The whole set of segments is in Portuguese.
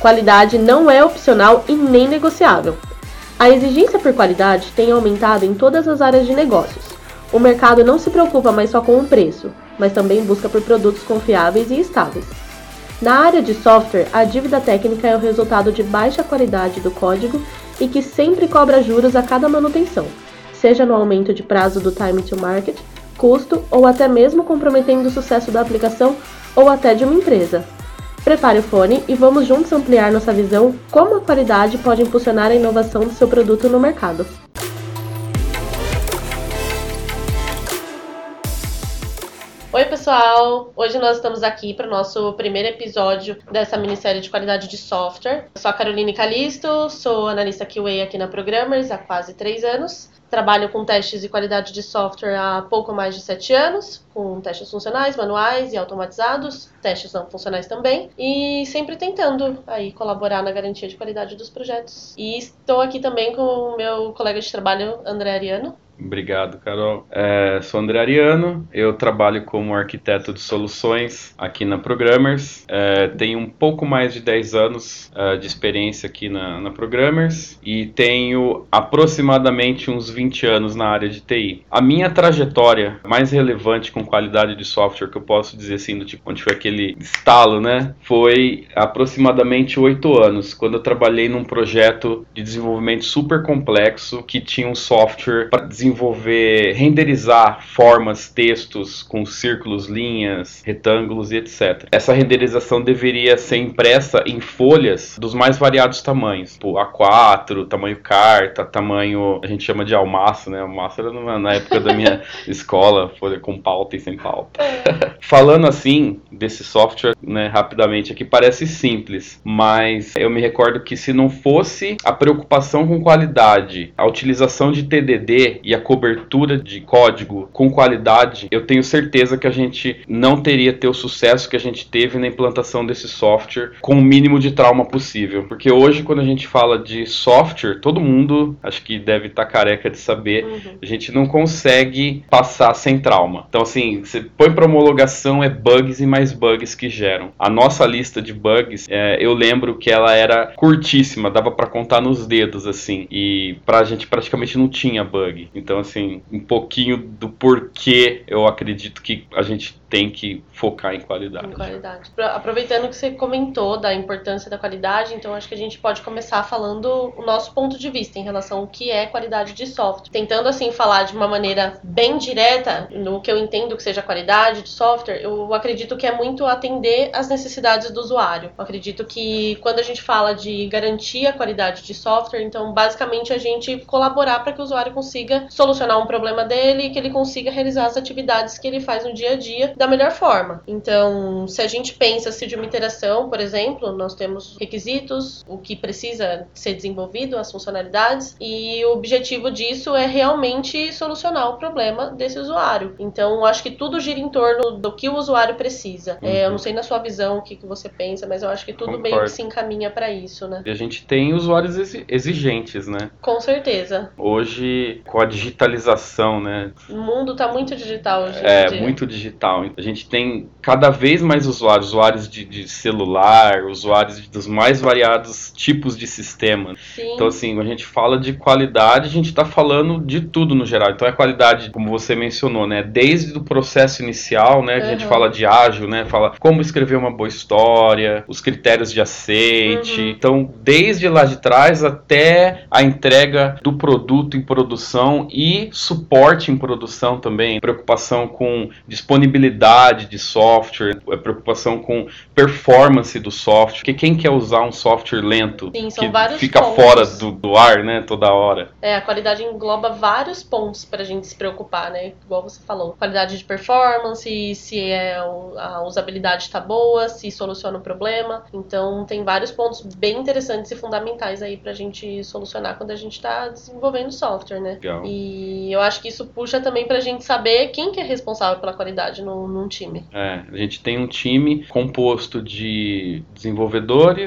Qualidade não é opcional e nem negociável. A exigência por qualidade tem aumentado em todas as áreas de negócios. O mercado não se preocupa mais só com o preço, mas também busca por produtos confiáveis e estáveis. Na área de software, a dívida técnica é o resultado de baixa qualidade do código e que sempre cobra juros a cada manutenção, seja no aumento de prazo do time to market, custo ou até mesmo comprometendo o sucesso da aplicação ou até de uma empresa. Prepare o fone e vamos juntos ampliar nossa visão como a qualidade pode impulsionar a inovação do seu produto no mercado. Oi pessoal, hoje nós estamos aqui para o nosso primeiro episódio dessa minissérie de qualidade de software. Eu sou a Caroline Calisto, sou analista QA aqui na Programmers há quase 3 anos. Trabalho com testes de qualidade de software há pouco mais de 7 anos, com testes funcionais, manuais e automatizados, testes não funcionais também, e sempre tentando aí colaborar na garantia de qualidade dos projetos. E estou aqui também com o meu colega de trabalho, André Ariano. Obrigado, Carol. Sou André Ariano, eu trabalho como arquiteto de soluções aqui na Programmers. Tenho um pouco mais de 10 anos de experiência aqui na Programmers e tenho aproximadamente uns 20 anos na área de TI. A minha trajetória mais relevante com qualidade de software, que eu posso dizer assim, do tipo, onde foi aquele estalo, né? Foi aproximadamente 8 anos, quando eu trabalhei num projeto de desenvolvimento super complexo que tinha um software para renderizar formas, textos com círculos, linhas, retângulos e etc. Essa renderização deveria ser impressa em folhas dos mais variados tamanhos, tipo A4, tamanho carta, tamanho, a gente chama de almaço, né? Almaço era na época da minha escola, folha com pauta e sem pauta. Falando assim desse software, né, rapidamente aqui, parece simples, mas eu me recordo que se não fosse a preocupação com qualidade, a utilização de TDD e a cobertura de código com qualidade, eu tenho certeza que a gente não teria o sucesso que a gente teve na implantação desse software com o mínimo de trauma possível. Porque hoje, quando a gente fala de software, todo mundo, acho que deve estar careca de saber, a gente não consegue passar sem trauma. Então, assim, você põe para homologação, é bugs e mais bugs que geram. A nossa lista de bugs, eu lembro que ela era curtíssima, dava para contar nos dedos, assim, e pra gente praticamente não tinha bug. Então, assim, um pouquinho do porquê eu acredito que a gente tem que focar em qualidade. Aproveitando que você comentou da importância da qualidade, então acho que a gente pode começar falando o nosso ponto de vista em relação ao que é qualidade de software. Tentando, assim, falar de uma maneira bem direta no que eu entendo que seja qualidade de software, eu acredito que é muito atender às necessidades do usuário. Eu acredito que quando a gente fala de garantir a qualidade de software, então basicamente a gente colaborar para que o usuário consiga solucionar um problema dele e que ele consiga realizar as atividades que ele faz no dia a dia da melhor forma. Então, se a gente pensa-se de uma interação, por exemplo, nós temos requisitos, o que precisa ser desenvolvido, as funcionalidades, e o objetivo disso é realmente solucionar o problema desse usuário. Então, acho que tudo gira em torno do que o usuário precisa. Eu não sei na sua visão o que você pensa, mas eu acho que tudo meio que se encaminha para isso, né? E a gente tem usuários exigentes, né? Com certeza. Hoje, com a digitalização, né? O mundo tá muito digital hoje em dia. Muito digital. A gente tem cada vez mais usuários de celular, usuários dos mais variados tipos de sistema. Sim. Então, assim, a gente fala de qualidade, a gente está falando de tudo no geral. Então, é qualidade, como você mencionou, né? Desde o processo inicial, né? Que a gente fala de ágil, né? Fala como escrever uma boa história, os critérios de aceite. Então, desde lá de trás até a entrega do produto em produção e suporte em produção também. Preocupação com disponibilidade de software, preocupação com performance do software, porque quem quer usar um software lento, sim, são que vários fica pontos fora do ar, né, toda hora. A qualidade engloba vários pontos pra gente se preocupar, né, igual você falou, qualidade de performance, se a usabilidade tá boa, se soluciona o problema, então tem vários pontos bem interessantes e fundamentais aí pra gente solucionar quando a gente tá desenvolvendo software, né. Legal. E eu acho que isso puxa também pra gente saber quem que é responsável pela qualidade num time. A gente tem um time composto de desenvolvedores,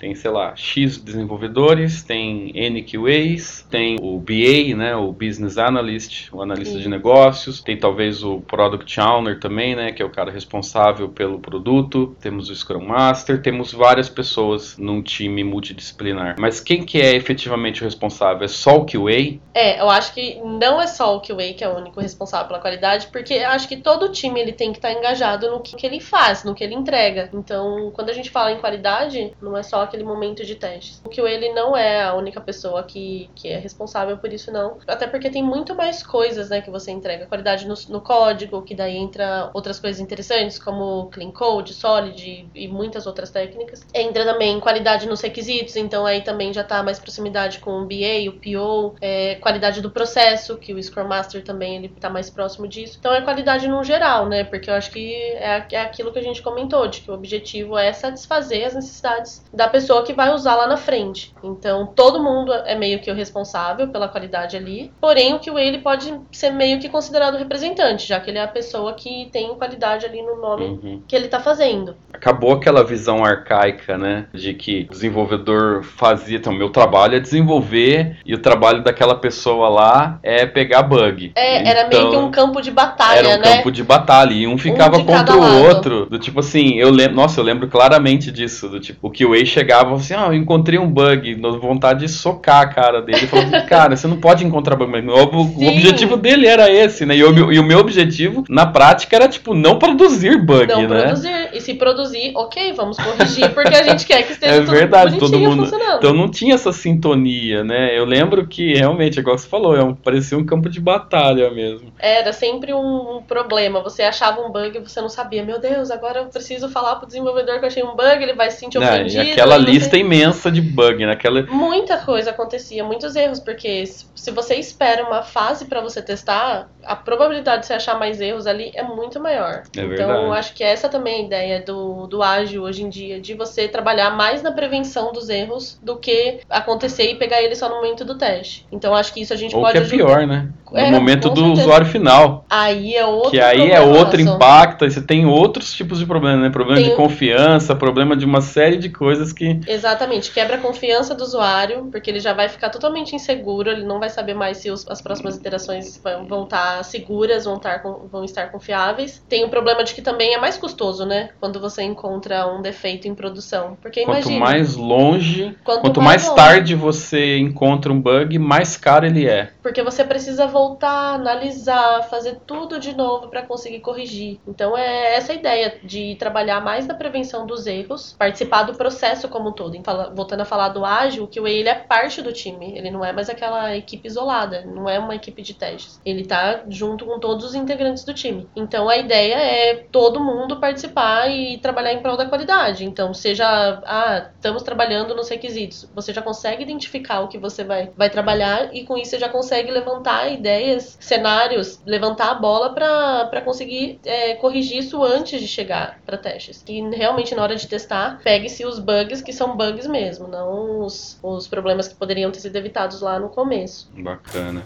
tem, sei lá, X desenvolvedores, tem N QAs, tem o BA, né, o Business Analyst, o analista de negócios, tem talvez o Product Owner também, né, que é o cara responsável pelo produto, temos o Scrum Master, temos várias pessoas num time multidisciplinar. Mas quem que é efetivamente o responsável? É só o QA? Eu acho que não é só o QA que é o único responsável pela qualidade, porque eu acho que todo time ele tem que estar engajado no que ele faz, no que ele entrega. Então, quando a gente fala em qualidade, não é só aquele momento de testes. O QA ele não é a única pessoa que é responsável por isso, não. Até porque tem muito mais coisas, né, que você entrega. Qualidade no código, que daí entra outras coisas interessantes, como Clean Code, Solid e muitas outras técnicas. Entra também qualidade nos requisitos, então aí também já tá mais proximidade com o BA, o PO, qualidade do processo, que o Scrum Master também ele tá mais próximo disso. Então é qualidade no geral, né? Porque eu acho que é aquilo que a gente comentou, de que o objetivo é satisfazer as necessidades da pessoa que vai usar lá na frente. Então todo mundo é meio que o responsável pela qualidade ali, porém o QA ele pode ser meio que considerado representante, já que ele é a pessoa que tem qualidade ali no nome que ele tá fazendo. Acabou aquela visão arcaica, né, de que o desenvolvedor fazia, então meu trabalho é desenvolver e o trabalho daquela pessoa lá é pegar bug. Era meio que um campo de batalha, né? Era um campo de batalha e um ficava contra o outro, do tipo assim, eu lembro claramente disso, do tipo, o QA chegava assim, eu encontrei um bug, vontade de socar a cara dele, falando, cara, você não pode encontrar bug, mas o objetivo dele era esse, né, e o meu objetivo, na prática, era, tipo, não produzir bug, não né? Não produzir, e se produzir, ok, vamos corrigir, porque a gente quer que esteja tudo verdade, todo mundo funcionando. Então não tinha essa sintonia, né, eu lembro que, realmente, igual você falou, parecia um campo de batalha mesmo. Era sempre um problema, você achava um bug e você não sabia, meu Deus, agora eu preciso falar pro desenvolvedor que eu achei um bug, ele vai se sentir ofendido. E aquela lista imensa de bug, né? Muita coisa acontecia, muitos erros, porque se você espera uma fase pra você testar, a probabilidade de você achar mais erros ali é muito maior. Então, eu acho que essa também é a ideia do ágil hoje em dia, de você trabalhar mais na prevenção dos erros do que acontecer e pegar ele só no momento do teste. Então, acho que isso a gente pode ajudar. Ou que é pior, né? No momento do usuário final. Aí é outro que aí é outro impacto, aí você tem outros tipos de problemas, né? Problema de confiança, problema de uma série de coisas que... Exatamente, quebra a confiança do usuário, porque ele já vai ficar totalmente inseguro, ele não vai saber mais se as próximas iterações vão estar seguras, vão estar confiáveis. Tem o problema de que também é mais custoso, né? Quando você encontra um defeito em produção. Porque quanto imagina, mais longe, quanto mais tarde você encontra um bug, mais caro ele é. Porque você precisa voltar, analisar, fazer tudo de novo para conseguir corrigir. Então é essa a ideia de trabalhar mais na prevenção dos erros, participar do processo como um todo. Voltando a falar do ágil, que o ele é parte do time, ele não é mais aquela equipe isolada, não é uma equipe de testes. Ele tá junto com todos os integrantes do time. Então a ideia é todo mundo participar e trabalhar em prol da qualidade. Então seja, estamos trabalhando nos requisitos, você já consegue identificar o que você vai trabalhar e com isso você já consegue levantar ideias, cenários, levantar a bola para conseguir corrigir isso antes de chegar para testes. E realmente na hora de testar, pegue-se os bugs que são bugs mesmo, não os problemas que poderiam ter sido evitados lá no começo. Bacana.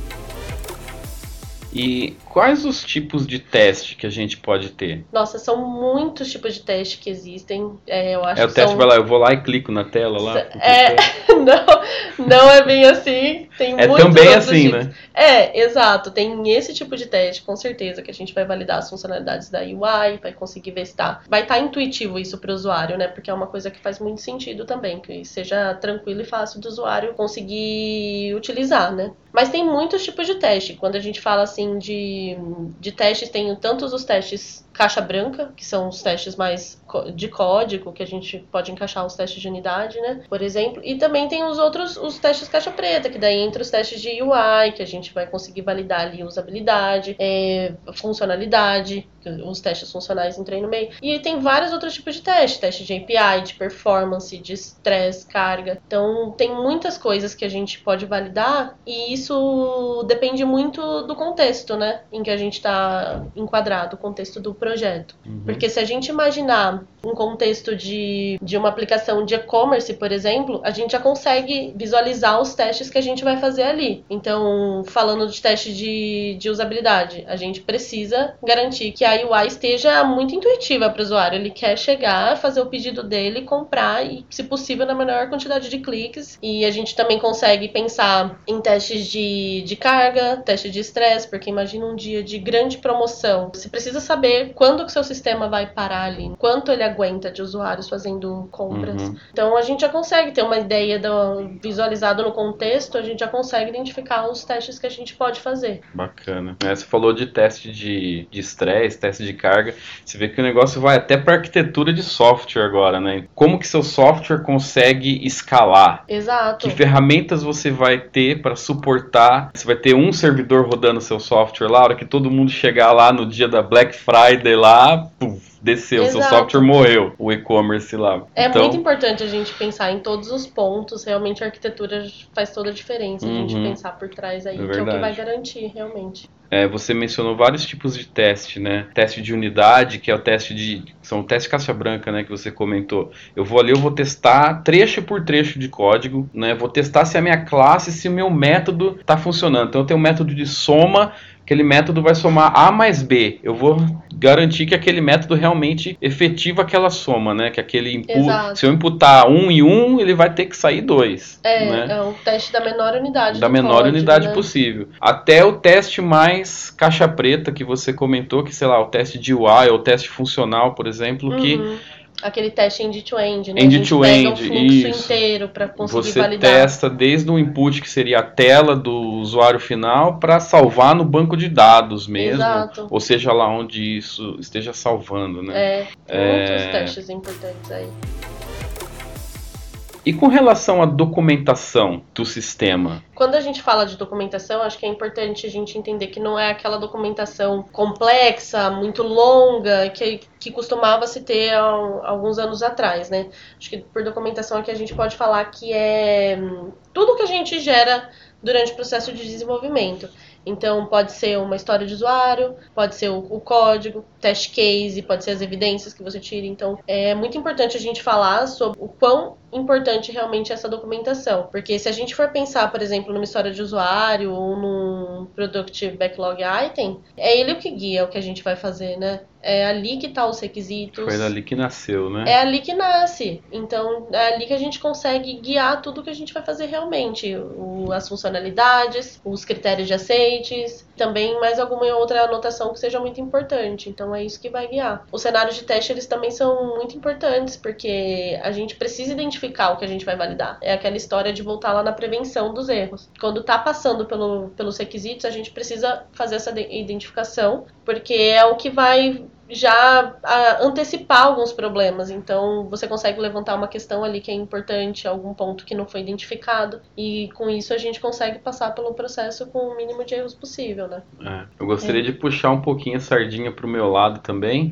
E quais os tipos de teste que a gente pode ter? Nossa, são muitos tipos de teste que existem. Eu acho o teste vai lá, eu vou lá e clico na tela lá. Não é bem assim. Tem muitos também assim, tipos. né? Exato. Tem esse tipo de teste, com certeza, que a gente vai validar as funcionalidades da UI, vai conseguir ver se vai estar intuitivo isso para o usuário, né? Porque é uma coisa que faz muito sentido também, que seja tranquilo e fácil do usuário conseguir utilizar, né? Mas tem muitos tipos de teste. Quando a gente fala assim de testes, tem tantos os testes caixa branca, que são os testes mais de código, que a gente pode encaixar os testes de unidade, né? Por exemplo. E também tem os testes caixa preta, que daí entra os testes de UI, que a gente vai conseguir validar ali usabilidade, funcionalidade, os testes funcionais entram aí no meio. E tem vários outros tipos de teste de API, de performance, de stress, carga. Então, tem muitas coisas que a gente pode validar e isso depende muito do contexto, né? Em que a gente está enquadrado, o contexto do projeto. Porque se a gente imaginar um contexto de uma aplicação de e-commerce, por exemplo, a gente já consegue visualizar os testes que a gente vai fazer ali. Então, falando de teste de usabilidade, a gente precisa garantir que a UI esteja muito intuitiva para o usuário. Ele quer chegar, fazer o pedido dele, comprar e, se possível, na menor quantidade de cliques. E a gente também consegue pensar em testes de carga, teste de estresse, porque imagina um dia de grande promoção. Você precisa saber quando que seu sistema vai parar ali, quanto ele aguenta de usuários fazendo compras. Então a gente já consegue ter uma ideia visualizado no contexto, a gente já consegue identificar os testes que a gente pode fazer. Bacana. Você falou de teste de estresse, teste de carga. Você vê que o negócio vai até para arquitetura de software agora, né? Como que seu software consegue escalar? Exato. Que ferramentas você vai ter para suportar? Você vai ter um servidor rodando seu software lá, a hora que todo mundo chegar lá no dia da Black Friday lá, desceu, seu software morreu, o e-commerce lá. É muito importante a gente pensar em todos os pontos, realmente a arquitetura faz toda a diferença, a gente pensar por trás aí, que é o que vai garantir realmente. Você mencionou vários tipos de teste, né? Teste de unidade, que é o teste são o teste caixa branca, né? Que você comentou. Eu vou ali, eu vou testar trecho por trecho de código, né? Vou testar se a minha classe, se o meu método está funcionando. Então eu tenho um método de soma, aquele método vai somar A mais B. Eu vou garantir que aquele método realmente efetiva aquela soma, né? Que aquele input, se eu imputar 1 e 1, ele vai ter que sair 2. Né? É o teste da menor unidade da menor código, unidade, né? Possível. Até o teste mais caixa preta que você comentou, que sei lá, o teste de UI, ou o teste funcional, por exemplo, que aquele teste end-to-end, né? End-to-end, a gente pega o fluxo inteiro para conseguir validar. Você testa desde o input, que seria a tela do usuário final, para salvar no banco de dados mesmo. Exato. Ou seja, lá onde isso esteja salvando, né? Muitos testes importantes aí. E com relação à documentação do sistema? Quando a gente fala de documentação, acho que é importante a gente entender que não é aquela documentação complexa, muito longa, que costumava se ter há alguns anos atrás, né? Acho que por documentação aqui a gente pode falar que é tudo que a gente gera durante o processo de desenvolvimento. Então, pode ser uma história de usuário, pode ser o código, test case, pode ser as evidências que você tira. Então, é muito importante a gente falar sobre o quão importante realmente é essa documentação. Porque se a gente for pensar, por exemplo, numa história de usuário ou num Product Backlog Item, é ele o que guia o que a gente vai fazer, né? É ali que tá os requisitos. Foi dali que nasceu, né? É ali que nasce. Então, é ali que a gente consegue guiar tudo que a gente vai fazer realmente. As funcionalidades, os critérios de aceites, também mais alguma outra anotação que seja muito importante. Então, é isso que vai guiar. Os cenários de teste, eles também são muito importantes, porque a gente precisa identificar o que a gente vai validar. É aquela história de voltar lá na prevenção dos erros. Quando tá passando pelos requisitos, a gente precisa fazer essa identificação, porque é o que vai já antecipar alguns problemas. Então, você consegue levantar uma questão ali que é importante, algum ponto que não foi identificado, e com isso a gente consegue passar pelo processo com o mínimo de erros possível, né? Eu gostaria de puxar um pouquinho a sardinha pro meu lado também,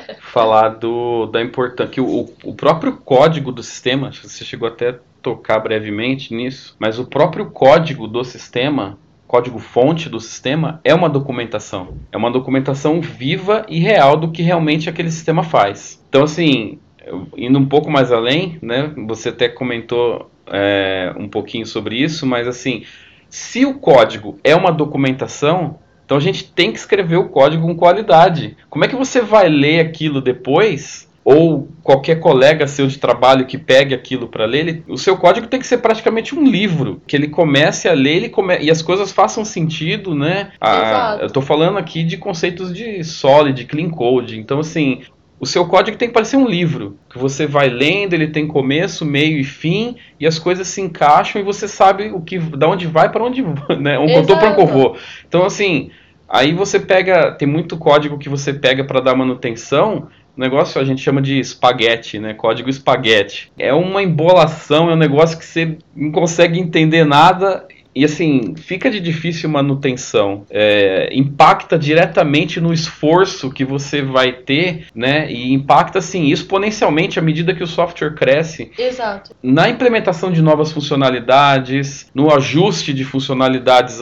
falar da importância, que o próprio código do sistema, você chegou até a tocar brevemente nisso, mas o próprio código do sistema, código-fonte do sistema, é uma documentação. É uma documentação viva e real do que realmente aquele sistema faz. Então, assim, indo um pouco mais além, né, você até comentou um pouquinho sobre isso, mas assim, se o código é uma documentação, então a gente tem que escrever o código com qualidade. Como é que você vai ler aquilo depois, ou qualquer colega seu de trabalho que pegue aquilo para ler, o seu código tem que ser praticamente um livro, que ele comece a ler e as coisas façam sentido, né? Eu estou falando aqui de conceitos de Solid, Clean Code, então assim, o seu código tem que parecer um livro, que você vai lendo, ele tem começo, meio e fim, e as coisas se encaixam e você sabe da onde vai para onde, né? Onde eu tô para onde eu vou. Então assim, aí você tem muito código que você pega para dar manutenção. O negócio a gente chama de espaguete, né? Código espaguete. É uma embolação, é um negócio que você não consegue entender nada e assim, fica de difícil manutenção. Impacta diretamente no esforço que você vai ter, né? E impacta assim, exponencialmente à medida que o software cresce. Exato. Na implementação de novas funcionalidades, no ajuste de funcionalidades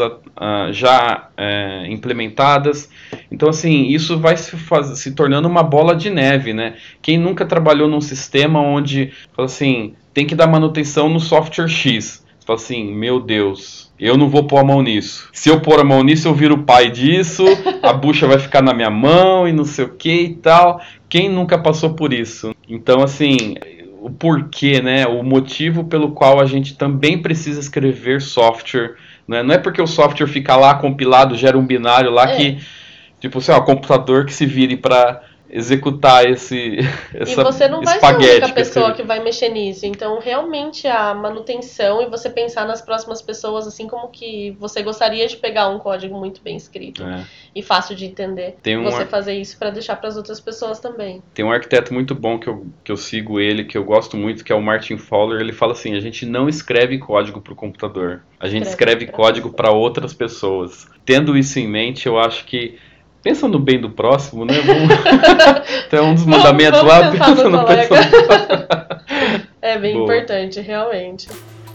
já implementadas. Então, assim, isso vai se tornando uma bola de neve, né? Quem nunca trabalhou num sistema onde, fala assim, tem que dar manutenção no software X. Você fala assim, meu Deus, eu não vou pôr a mão nisso. Se eu pôr a mão nisso, eu viro o pai disso, a bucha vai ficar na minha mão e não sei o que e tal. Quem nunca passou por isso? Então, assim, o porquê, né? O motivo pelo qual a gente também precisa escrever software, né? Não é porque o software fica lá compilado, gera um binário lá que, tipo, sei lá, o computador que se vire para executar E você não vai ser a única pessoa que vai mexer nisso. Então, realmente, a manutenção e você pensar nas próximas pessoas, assim como que você gostaria de pegar um código muito bem escrito e fácil de entender. Você fazer isso para deixar para as outras pessoas também. Tem um arquiteto muito bom que eu sigo ele, que eu gosto muito, que é o Martin Fowler. Ele fala assim, a gente não escreve código para o computador. A gente escreve código para outras pessoas. Tendo isso em mente, eu acho que pensa no bem do próximo, né? Tem um dos mandamentos lá, pensa no próximo. É bem importante, realmente.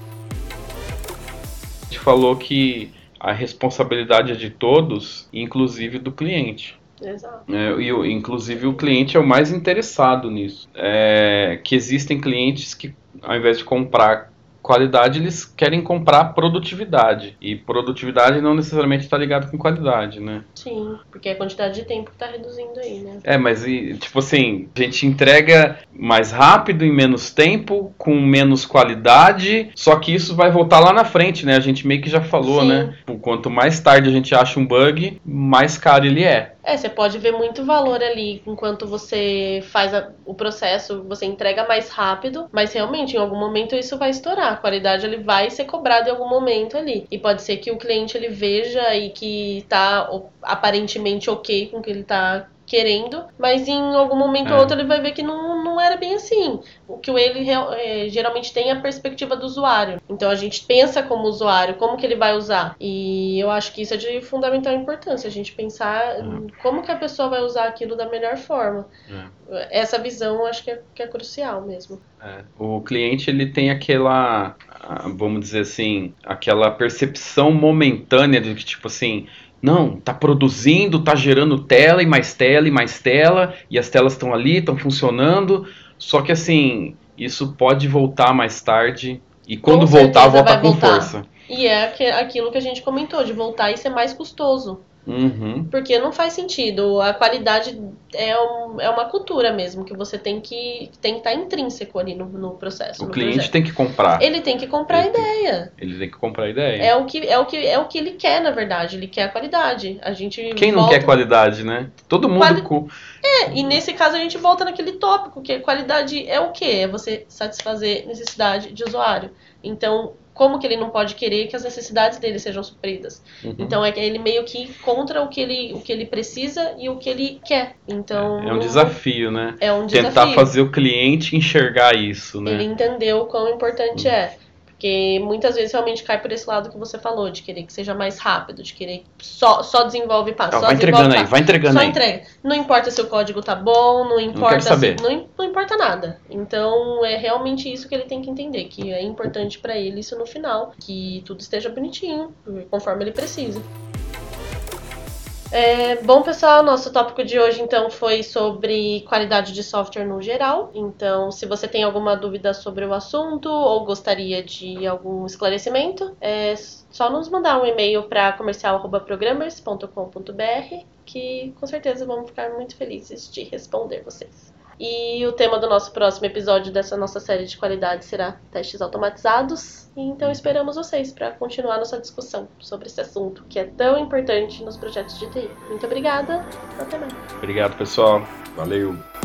A gente falou que a responsabilidade é de todos, inclusive do cliente. Exato. Inclusive o cliente é o mais interessado nisso. Que existem clientes que, ao invés de comprar qualidade, eles querem comprar produtividade. E produtividade não necessariamente está ligado com qualidade, né? Sim, porque é a quantidade de tempo que está reduzindo aí, né? Mas tipo assim, a gente entrega mais rápido, em menos tempo, com menos qualidade, só que isso vai voltar lá na frente, né? A gente meio que já falou, né? Quanto mais tarde a gente acha um bug, mais caro ele é. Você pode ver muito valor ali enquanto você faz o processo, você entrega mais rápido, mas realmente em algum momento isso vai estourar. A qualidade ele vai ser cobrada em algum momento ali. E pode ser que o cliente ele veja e que tá aparentemente ok com o que ele tá querendo, mas em algum momento ou outro ele vai ver que não era bem assim. O que ele geralmente tem é a perspectiva do usuário. Então a gente pensa como usuário, como que ele vai usar. E eu acho que isso é de fundamental importância, a gente pensar como que a pessoa vai usar aquilo da melhor forma. Essa visão eu acho que é crucial mesmo. O cliente ele tem aquela, vamos dizer assim, aquela percepção momentânea de que tipo assim, não, tá produzindo, tá gerando tela e mais tela e mais tela, e as telas estão ali, estão funcionando, só que assim, isso pode voltar mais tarde, e quando voltar com força. E é aquilo que a gente comentou, de voltar e ser mais custoso. Porque não faz sentido. A qualidade é uma cultura mesmo, que você tem que estar intrínseco ali no processo. O cliente tem que comprar. Ele tem que comprar a ideia. Ele tem que comprar a ideia. É o que ele quer, na verdade. Ele quer a qualidade. Quem não quer qualidade, né? Todo mundo... E nesse caso a gente volta naquele tópico, que qualidade é o quê? É você satisfazer necessidade de usuário. Então, como que ele não pode querer que as necessidades dele sejam supridas? Então é que ele meio que contra o que ele precisa e o que ele quer. Então é um desafio, né? É um desafio. Tentar fazer o cliente enxergar isso, né? Ele entendeu o quão importante é. Porque muitas vezes realmente cai por esse lado que você falou, de querer que seja mais rápido, de querer só desenvolve passo. Vai entregando aí, vai entregando aí. Só entrega. Não importa se o código tá bom, não importa. Não quero saber. Não importa nada. Então é realmente isso que ele tem que entender, que é importante pra ele isso no final, que tudo esteja bonitinho, conforme ele precisa. Bom, pessoal, nosso tópico de hoje, então, foi sobre qualidade de software no geral. Então, se você tem alguma dúvida sobre o assunto ou gostaria de algum esclarecimento, é só nos mandar um e-mail para comercial@programmers.com.br, que com certeza vamos ficar muito felizes de responder vocês. E o tema do nosso próximo episódio dessa nossa série de qualidade será testes automatizados. Então esperamos vocês para continuar nossa discussão sobre esse assunto que é tão importante nos projetos de TI. Muito obrigada, até mais. Obrigado, pessoal. Valeu.